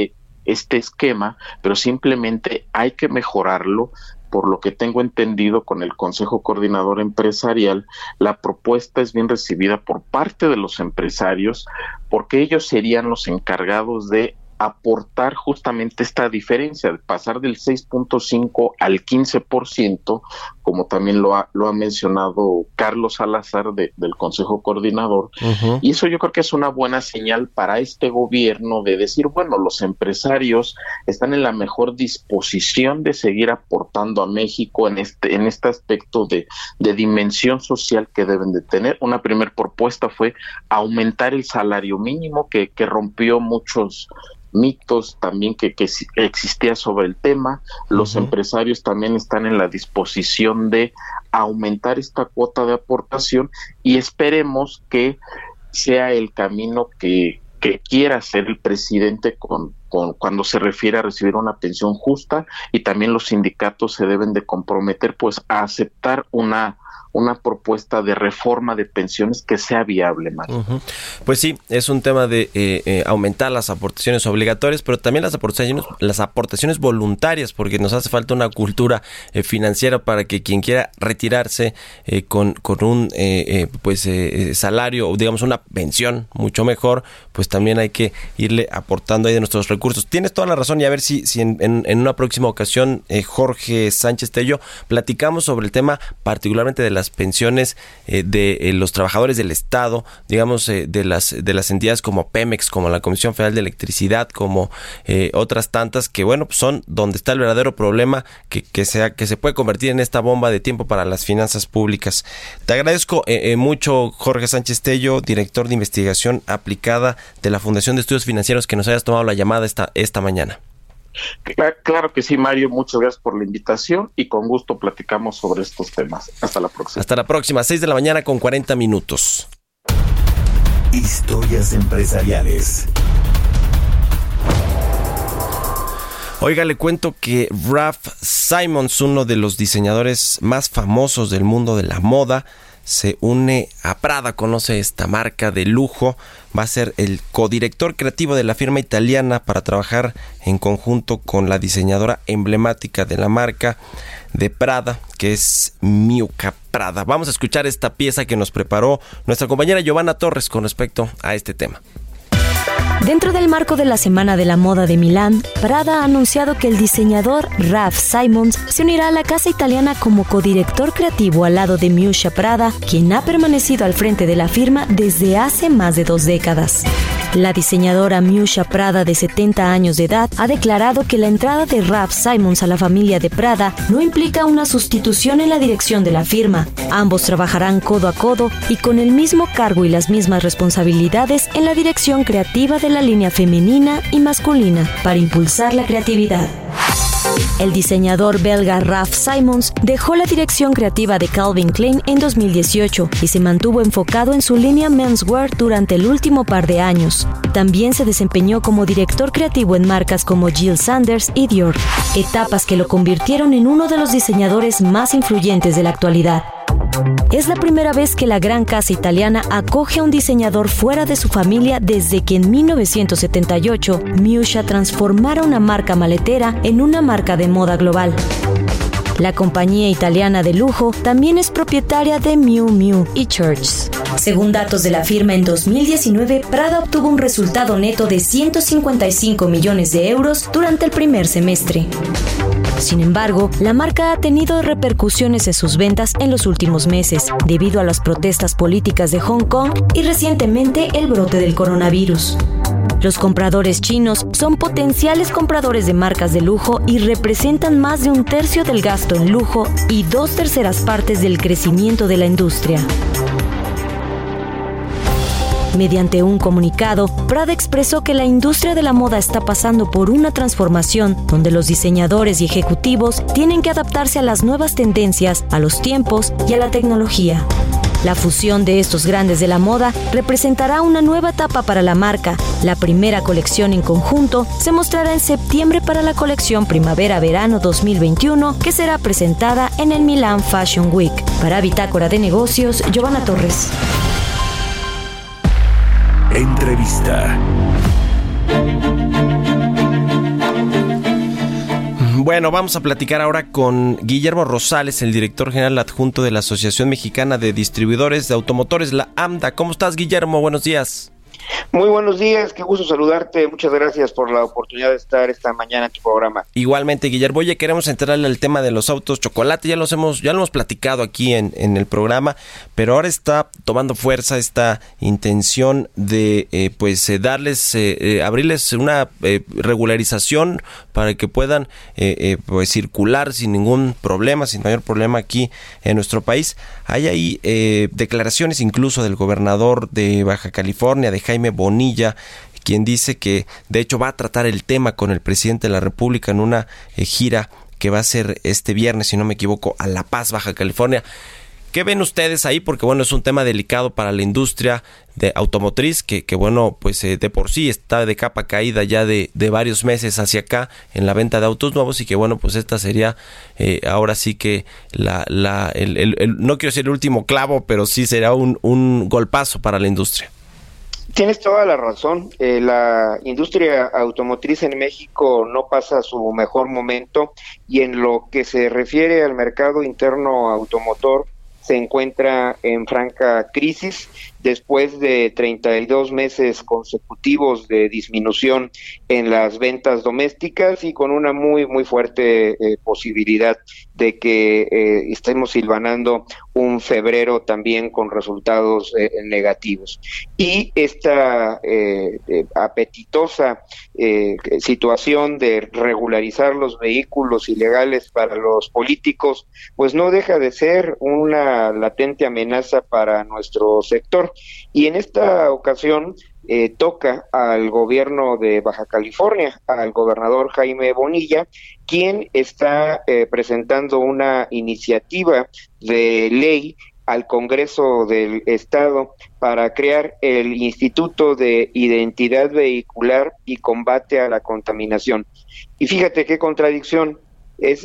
este esquema, pero simplemente hay que mejorarlo. Por lo que tengo entendido con el Consejo Coordinador Empresarial, la propuesta es bien recibida por parte de los empresarios, porque ellos serían los encargados de aportar justamente esta diferencia, de pasar del 6.5 al 15%, como también lo ha mencionado Carlos Salazar del Consejo Coordinador, y eso yo creo que es una buena señal para este gobierno de decir, bueno, los empresarios están en la mejor disposición de seguir aportando a México en este aspecto de dimensión social que deben de tener. Una primera propuesta fue aumentar el salario mínimo que rompió muchos mitos también que existía sobre el tema. Los empresarios también están en la disposición de aumentar esta cuota de aportación y esperemos que sea el camino que quiera hacer el presidente cuando se refiere a recibir una pensión justa, y también los sindicatos se deben de comprometer pues a aceptar una propuesta de reforma de pensiones que sea viable, Mario. Pues sí, es un tema de aumentar las aportaciones obligatorias, pero también las aportaciones voluntarias, porque nos hace falta una cultura financiera para que quien quiera retirarse con un salario, o digamos una pensión mucho mejor, pues también hay que irle aportando ahí de nuestros recursos. Tienes toda la razón, y a ver si en una próxima ocasión, Jorge Sánchez Tello, platicamos sobre el tema particularmente de las pensiones de los trabajadores del Estado, digamos, de las entidades como Pemex, como la Comisión Federal de Electricidad, como otras tantas, que bueno, pues son donde está el verdadero problema que se puede convertir en esta bomba de tiempo para las finanzas públicas. Te agradezco mucho, Jorge Sánchez Tello, director de investigación aplicada de la Fundación de Estudios Financieros, que nos hayas tomado la llamada esta mañana. Claro que sí, Mario, muchas gracias por la invitación y con gusto platicamos sobre estos temas. Hasta la próxima. Hasta la próxima, 6:40 a.m. Historias empresariales. Oiga, le cuento que Ralph Simons, uno de los diseñadores más famosos del mundo de la moda, se une a Prada. Conoce esta marca de lujo, va a ser el codirector creativo de la firma italiana para trabajar en conjunto con la diseñadora emblemática de la marca de Prada, que es Miuccia Prada. Vamos a escuchar esta pieza que nos preparó nuestra compañera Giovanna Torres con respecto a este tema. Dentro del marco de la Semana de la Moda de Milán, Prada ha anunciado que el diseñador Ralph Simons se unirá a la casa italiana como codirector creativo al lado de Miuccia Prada, quien ha permanecido al frente de la firma desde hace más de 2 décadas. La diseñadora Miuccia Prada, de 70 años de edad, ha declarado que la entrada de Ralph Simons a la familia de Prada no implica una sustitución en la dirección de la firma. Ambos trabajarán codo a codo y con el mismo cargo y las mismas responsabilidades en la dirección creativa de la línea femenina y masculina para impulsar la creatividad. El diseñador belga Ralph Simons dejó la dirección creativa de Calvin Klein en 2018 y se mantuvo enfocado en su línea menswear durante el último par de años. También se desempeñó como director creativo en marcas como Jill Sanders y Dior, etapas que lo convirtieron en uno de los diseñadores más influyentes de la actualidad. Es la primera vez que la gran casa italiana acoge a un diseñador fuera de su familia desde que en 1978 Miuccia transformara una marca maletera en una marca de moda global. La compañía italiana de lujo también es propietaria de Miu Miu y Church's. Según datos de la firma, en 2019, Prada obtuvo un resultado neto de 155 millones de euros durante el primer semestre. Sin embargo, la marca ha tenido repercusiones en sus ventas en los últimos meses, debido a las protestas políticas de Hong Kong y recientemente el brote del coronavirus. Los compradores chinos son potenciales compradores de marcas de lujo y representan más de 1/3 del gasto en lujo y 2/3 partes del crecimiento de la industria. Mediante un comunicado, Prada expresó que la industria de la moda está pasando por una transformación donde los diseñadores y ejecutivos tienen que adaptarse a las nuevas tendencias, a los tiempos y a la tecnología. La fusión de estos grandes de la moda representará una nueva etapa para la marca. La primera colección en conjunto se mostrará en septiembre para la colección Primavera-Verano 2021, que será presentada en el Milan Fashion Week. Para Bitácora de Negocios, Giovanna Torres. Entrevista. Bueno, vamos a platicar ahora con Guillermo Rosales, el director general adjunto de la Asociación Mexicana de Distribuidores de Automotores, la AMDA. ¿Cómo estás, Guillermo? Buenos días. Muy buenos días, qué gusto saludarte, muchas gracias por la oportunidad de estar esta mañana en tu programa. Igualmente, Guillermo, oye, queremos entrarle al tema de los autos chocolate, ya lo hemos platicado aquí en el programa, pero ahora está tomando fuerza esta intención de abrirles una regularización para que puedan circular sin ningún problema, sin mayor problema aquí en nuestro país. Hay ahí declaraciones incluso del gobernador de Baja California, de Jaime Bonilla, quien dice que de hecho va a tratar el tema con el presidente de la República en una gira que va a ser este viernes, si no me equivoco, a La Paz, Baja California. ¿Qué ven ustedes ahí? Porque bueno, es un tema delicado para la industria de automotriz que bueno, pues de por sí está de capa caída ya de varios meses hacia acá en la venta de autos nuevos, y que bueno, pues esta sería ahora sí que no quiero decir el último clavo, pero sí será un golpazo para la industria. Tienes toda la razón, la industria automotriz en México no pasa su mejor momento, y en lo que se refiere al mercado interno automotor se encuentra en franca crisis después de 32 meses consecutivos de disminución en las ventas domésticas y con una muy fuerte posibilidad de que estemos hilvanando un febrero también con resultados negativos. Y esta apetitosa situación de regularizar los vehículos ilegales para los políticos, pues no deja de ser una latente amenaza para nuestro sector. Y en esta ocasión toca al gobierno de Baja California, al gobernador Jaime Bonilla, quien está presentando una iniciativa de ley al Congreso del Estado para crear el Instituto de Identidad Vehicular y Combate a la Contaminación. Y fíjate qué contradicción. Es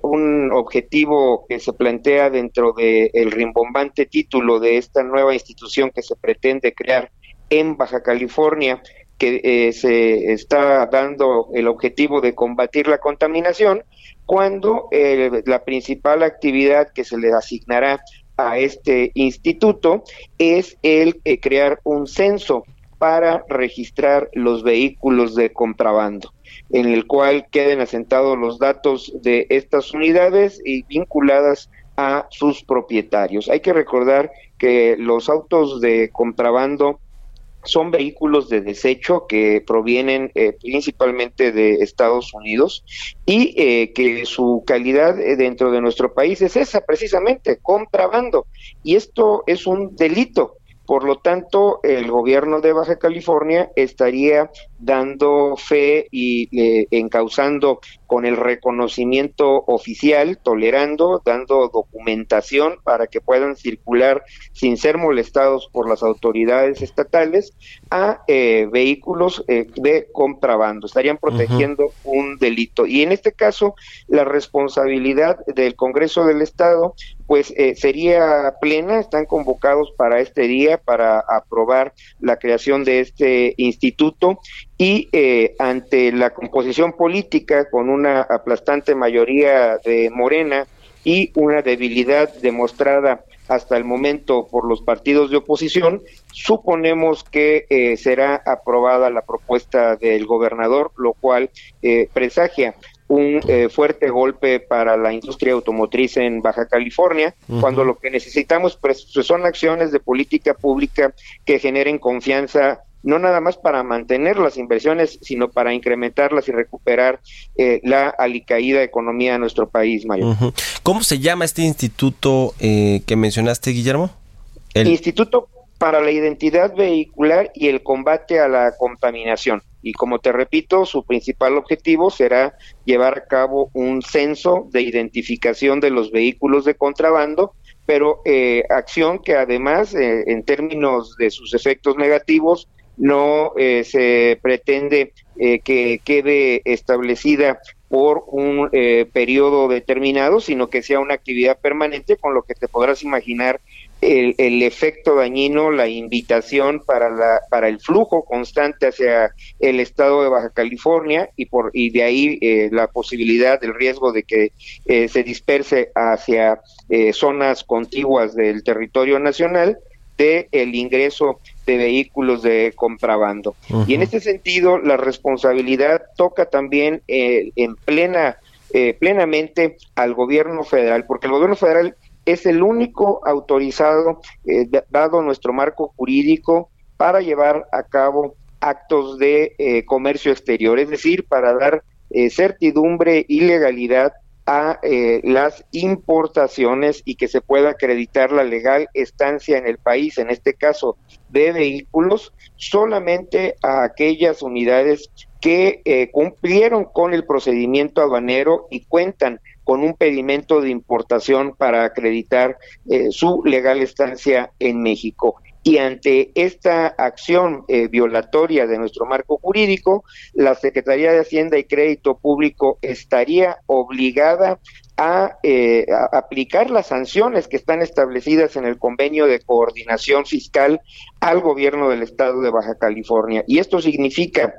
un objetivo que se plantea dentro del rimbombante título de esta nueva institución que se pretende crear en Baja California, que se está dando el objetivo de combatir la contaminación, cuando la principal actividad que se le asignará a este instituto es el crear un censo para registrar los vehículos de contrabando, en el cual queden asentados los datos de estas unidades y vinculadas a sus propietarios. Hay que recordar que los autos de contrabando son vehículos de desecho que provienen principalmente de Estados Unidos y que su calidad dentro de nuestro país es esa, precisamente, contrabando. Y esto es un delito. Por lo tanto, el gobierno de Baja California estaría dando fe y encauzando con el reconocimiento oficial, tolerando, dando documentación para que puedan circular sin ser molestados por las autoridades estatales a vehículos de contrabando. Estarían protegiendo un delito. Y en este caso, la responsabilidad del Congreso del Estado pues sería plena. Están convocados para este día para aprobar la creación de este instituto, y ante la composición política con una aplastante mayoría de Morena y una debilidad demostrada hasta el momento por los partidos de oposición, suponemos que será aprobada la propuesta del gobernador, lo cual presagia un fuerte golpe para la industria automotriz en Baja California, cuando lo que necesitamos pues son acciones de política pública que generen confianza, no nada más para mantener las inversiones, sino para incrementarlas y recuperar la alicaída economía de nuestro país, Mario. ¿Cómo se llama este instituto que mencionaste, Guillermo? Instituto para la Identidad Vehicular y el Combate a la Contaminación. Y como te repito, su principal objetivo será llevar a cabo un censo de identificación de los vehículos de contrabando, pero acción que además, en términos de sus efectos negativos, no se pretende que quede establecida por un periodo determinado, sino que sea una actividad permanente, con lo que te podrás imaginar el efecto dañino, la invitación para el flujo constante hacia el estado de Baja California y de ahí la posibilidad, el riesgo de que se disperse hacia zonas contiguas del territorio nacional, de el ingreso de vehículos de contrabando. Uh-huh. Y en este sentido, la responsabilidad toca también plenamente al gobierno federal, porque el gobierno federal es el único autorizado, dado nuestro marco jurídico, para llevar a cabo actos de comercio exterior, es decir, para dar certidumbre y legalidad a las importaciones y que se pueda acreditar la legal estancia en el país, en este caso de vehículos, solamente a aquellas unidades que cumplieron con el procedimiento aduanero y cuentan con un pedimento de importación para acreditar su legal estancia en México. Y ante esta acción violatoria de nuestro marco jurídico, la Secretaría de Hacienda y Crédito Público estaría obligada a aplicar las sanciones que están establecidas en el convenio de coordinación fiscal al gobierno del estado de Baja California. Y esto significa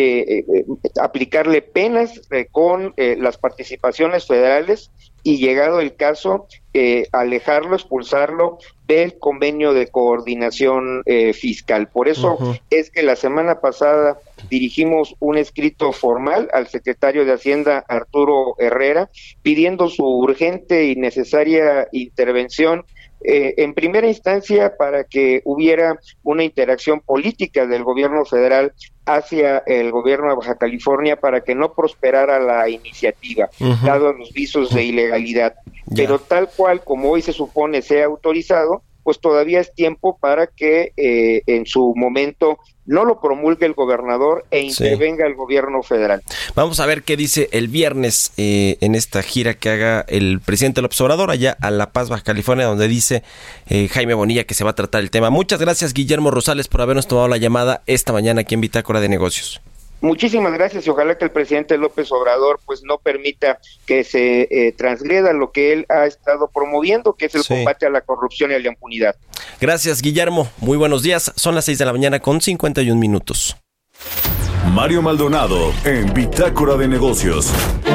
aplicarle penas con las participaciones federales y, llegado el caso, alejarlo, expulsarlo del convenio de coordinación fiscal. Por eso es que la semana pasada dirigimos un escrito formal al secretario de Hacienda, Arturo Herrera, pidiendo su urgente y necesaria intervención en primera instancia para que hubiera una interacción política del gobierno federal hacia el gobierno de Baja California para que no prosperara la iniciativa, dado los visos de ilegalidad. Pero tal cual como hoy se supone sea autorizado, pues todavía es tiempo para que en su momento no lo promulgue el gobernador e intervenga el gobierno federal. Vamos a ver qué dice el viernes en esta gira que haga el presidente López Obrador allá a La Paz, Baja California, donde dice Jaime Bonilla que se va a tratar el tema. Muchas gracias, Guillermo Rosales, por habernos tomado la llamada esta mañana aquí en Bitácora de Negocios. Muchísimas gracias y ojalá que el presidente López Obrador pues no permita que se transgreda lo que él ha estado promoviendo, que es el combate a la corrupción y a la impunidad. Gracias, Guillermo. Muy buenos días. Son las 6 de la mañana con 51 minutos. Mario Maldonado en Bitácora de Negocios.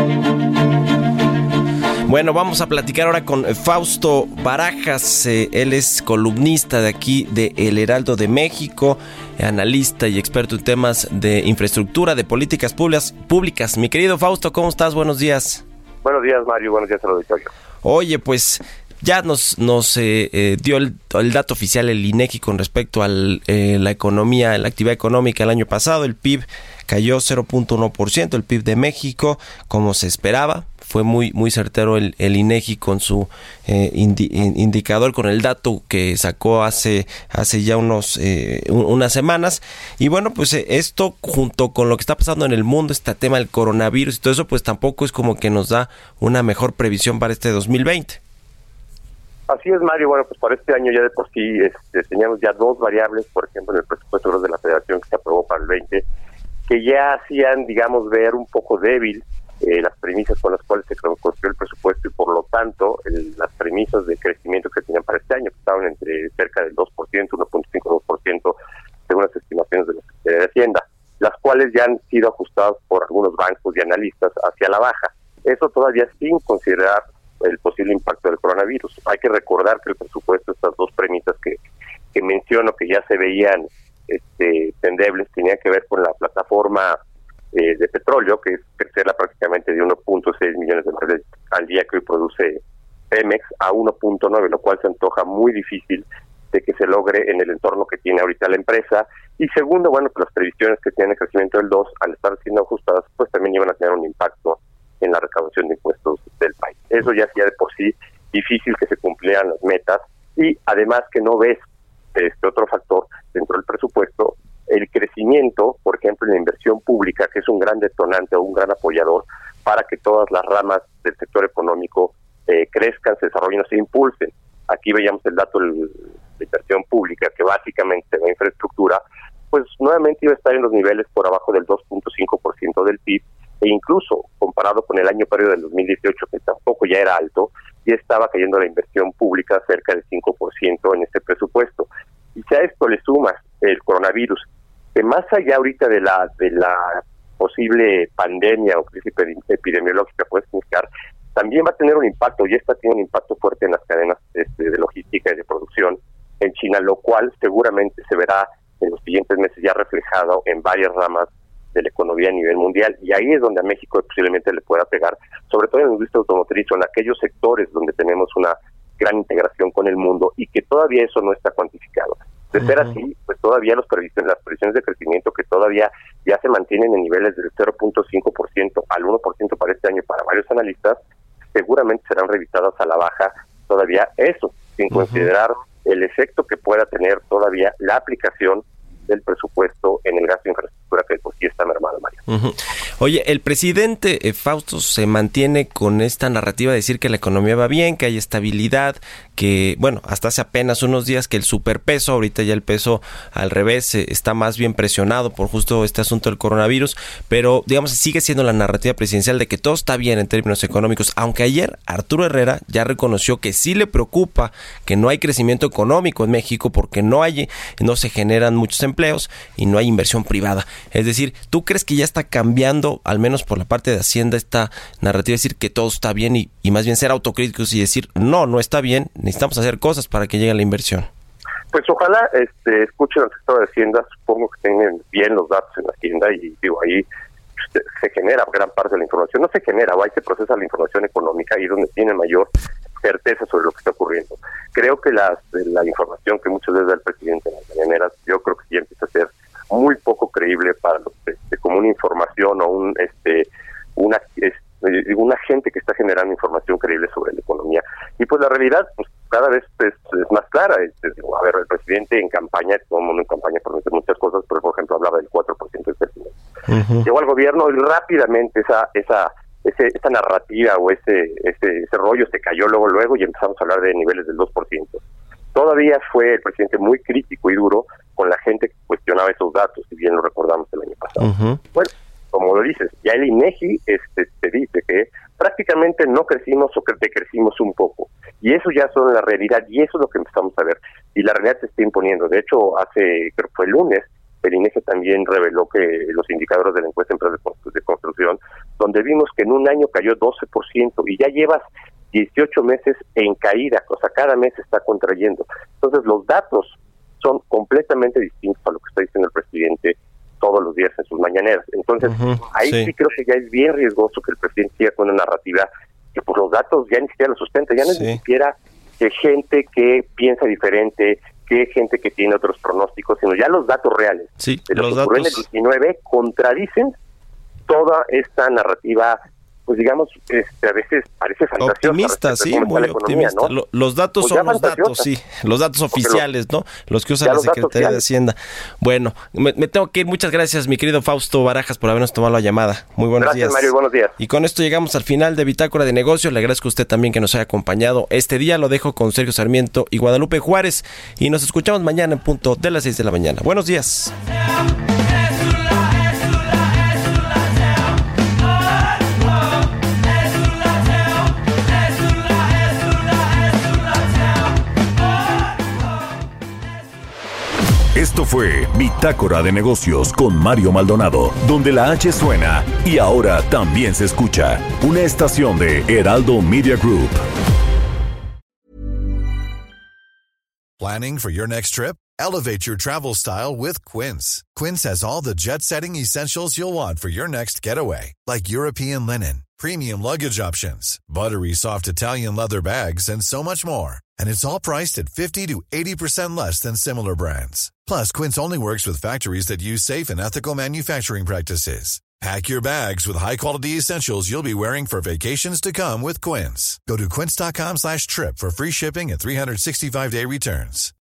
Bueno, vamos a platicar ahora con Fausto Barajas. Él es columnista de aquí de El Heraldo de México, analista y experto en temas de infraestructura, de políticas públicas. Mi querido Fausto, ¿cómo estás? Buenos días. Buenos días, Mario. Buenos días al auditorio. Oye, pues ya nos dio el dato oficial el INEGI con respecto a la economía, la actividad económica el año pasado. El PIB cayó 0.1%, el PIB de México, como se esperaba. Fue muy certero el INEGI con su indicador, con el dato que sacó hace ya unas semanas. Y bueno, pues esto junto con lo que está pasando en el mundo, este tema del coronavirus y todo eso, pues tampoco es como que nos da una mejor previsión para este 2020. Así es, Mario. Bueno, pues para este año ya de por sí teníamos ya dos variables, por ejemplo, en el presupuesto de la Federación que se aprobó para el 20, que ya hacían, digamos, ver un poco débil las premisas con las cuales se construyó el presupuesto y por lo tanto las premisas de crecimiento que tenían para este año, que estaban entre cerca del 2%, 1.5-2%, según las estimaciones de la Secretaría de Hacienda, las cuales ya han sido ajustadas por algunos bancos y analistas hacia la baja. Eso todavía sin considerar el posible impacto del coronavirus. Hay que recordar que el presupuesto, estas dos premisas que menciono, que ya se veían tendebles, tenían que ver con la plataforma de petróleo, que es crecerla prácticamente de 1.6 millones de barriles al día que hoy produce Pemex a 1.9, lo cual se antoja muy difícil de que se logre en el entorno que tiene ahorita la empresa. Y segundo, bueno, pues las previsiones que tienen de crecimiento del 2, al estar siendo ajustadas, pues también iban a tener un impacto en la recaudación de impuestos del país. Eso ya hacía de por sí difícil que se cumplieran las metas y además que no ves otro factor dentro del presupuesto, el crecimiento, por ejemplo, en la inversión pública, que es un gran detonante o un gran apoyador para que todas las ramas del sector económico crezcan, se desarrollen o se impulsen. Aquí veíamos el dato de inversión pública, que básicamente la infraestructura, pues nuevamente iba a estar en los niveles por abajo del 2.5% del PIB, e incluso comparado con el año previo del 2018, que tampoco ya era alto, ya estaba cayendo la inversión pública cerca del 5% en este presupuesto. Y si a esto le sumas el coronavirus, que más allá ahorita de la posible pandemia o crisis epidemiológica puede significar, también va a tener un impacto, y esta tiene un impacto fuerte en las cadenas de logística y de producción en China, lo cual seguramente se verá en los siguientes meses ya reflejado en varias ramas de la economía a nivel mundial, y ahí es donde a México posiblemente le pueda pegar, sobre todo en la industria automotriz o en aquellos sectores donde tenemos una gran integración con el mundo y que todavía eso no está cuantificado. De ser así, pues todavía las previsiones de crecimiento que todavía ya se mantienen en niveles del 0.5% al 1% para este año para varios analistas, seguramente serán revisadas a la baja todavía eso, sin considerar el efecto que pueda tener todavía la aplicación del presupuesto en el gasto de infraestructura que por sí está mermado, Mario. Oye, el presidente Fausto se mantiene con esta narrativa de decir que la economía va bien, que hay estabilidad, que, bueno, hasta hace apenas unos días que el superpeso, ahorita ya el peso al revés, está más bien presionado por justo este asunto del coronavirus, pero digamos sigue siendo la narrativa presidencial de que todo está bien en términos económicos, aunque ayer Arturo Herrera ya reconoció que sí le preocupa que no hay crecimiento económico en México porque no se generan muchos empleos y no hay inversión privada. Es decir, ¿tú crees que ya está cambiando, al menos por la parte de Hacienda, esta narrativa de decir que todo está bien y más bien ser autocríticos y decir, no está bien, necesitamos hacer cosas para que llegue la inversión? Pues ojalá escuchen al sector de Hacienda, supongo que tengan bien los datos en Hacienda y digo, ahí se genera gran parte de la información, no se genera, ahí se procesa la información económica y es donde tiene mayor certeza sobre lo que está ocurriendo. Creo que la información que muchas veces da el presidente en las mañaneras, yo creo que ya empieza a ser muy poco creíble para los como una información o una gente que está generando información creíble sobre la economía. Y pues la realidad pues cada vez es más clara. A ver, el presidente en campaña, todo el mundo en campaña promete muchas cosas, pero por ejemplo hablaba del 4% del crecimiento. Llegó al gobierno y rápidamente esa narrativa o ese rollo se cayó luego y empezamos a hablar de niveles del 2%. Todavía fue el presidente muy crítico y duro con la gente que cuestionaba esos datos, si bien lo recordamos el año pasado. Bueno, como lo dices, ya el INEGI te dice que prácticamente no crecimos o que decrecimos un poco. Y eso ya son la realidad y eso es lo que empezamos a ver. Y la realidad se está imponiendo. De hecho, creo que fue el lunes, el INEGI también reveló que los indicadores de la encuesta de empresas de construcción, donde vimos que en un año cayó 12% y ya llevas 18 meses en caída, o sea, cada mes se está contrayendo. Entonces, los datos son completamente distintos a lo que está diciendo el presidente todos los días en sus mañaneras. Entonces, ahí sí creo que ya es bien riesgoso que el presidente siga con una narrativa que por los datos ya ni siquiera lo sustenta, ya no es ni siquiera que gente que piensa diferente, que gente que tiene otros pronósticos, sino ya los datos reales de lo que ocurrió en el 19 contradicen toda esta narrativa, pues digamos, a veces parece fantasiosa. Optimista, sí, muy optimista. ¿No? Los datos pues son los datos, sí, los datos oficiales, ¿no? Los que usa la Secretaría de Hacienda. Bueno, me tengo que ir. Muchas gracias, mi querido Fausto Barajas, por habernos tomado la llamada. Muy buenos días. Gracias, Mario, buenos días. Y con esto llegamos al final de Bitácora de Negocios. Le agradezco a usted también que nos haya acompañado este día. Lo dejo con Sergio Sarmiento y Guadalupe Juárez. Y nos escuchamos mañana en punto de las 6 de la mañana. Buenos días. Esto fue Bitácora de Negocios con Mario Maldonado, donde la H suena y ahora también se escucha. Una estación de Heraldo Media Group. Planning for your next trip? Elevate your travel style with Quince. Quince has all the jet-setting essentials you'll want for your next getaway, like European linen, premium luggage options, buttery soft Italian leather bags, and so much more. And it's all priced at 50 to 80% less than similar brands. Plus, Quince only works with factories that use safe and ethical manufacturing practices. Pack your bags with high-quality essentials you'll be wearing for vacations to come with Quince. Go to quince.com/trip for free shipping and 365-day returns.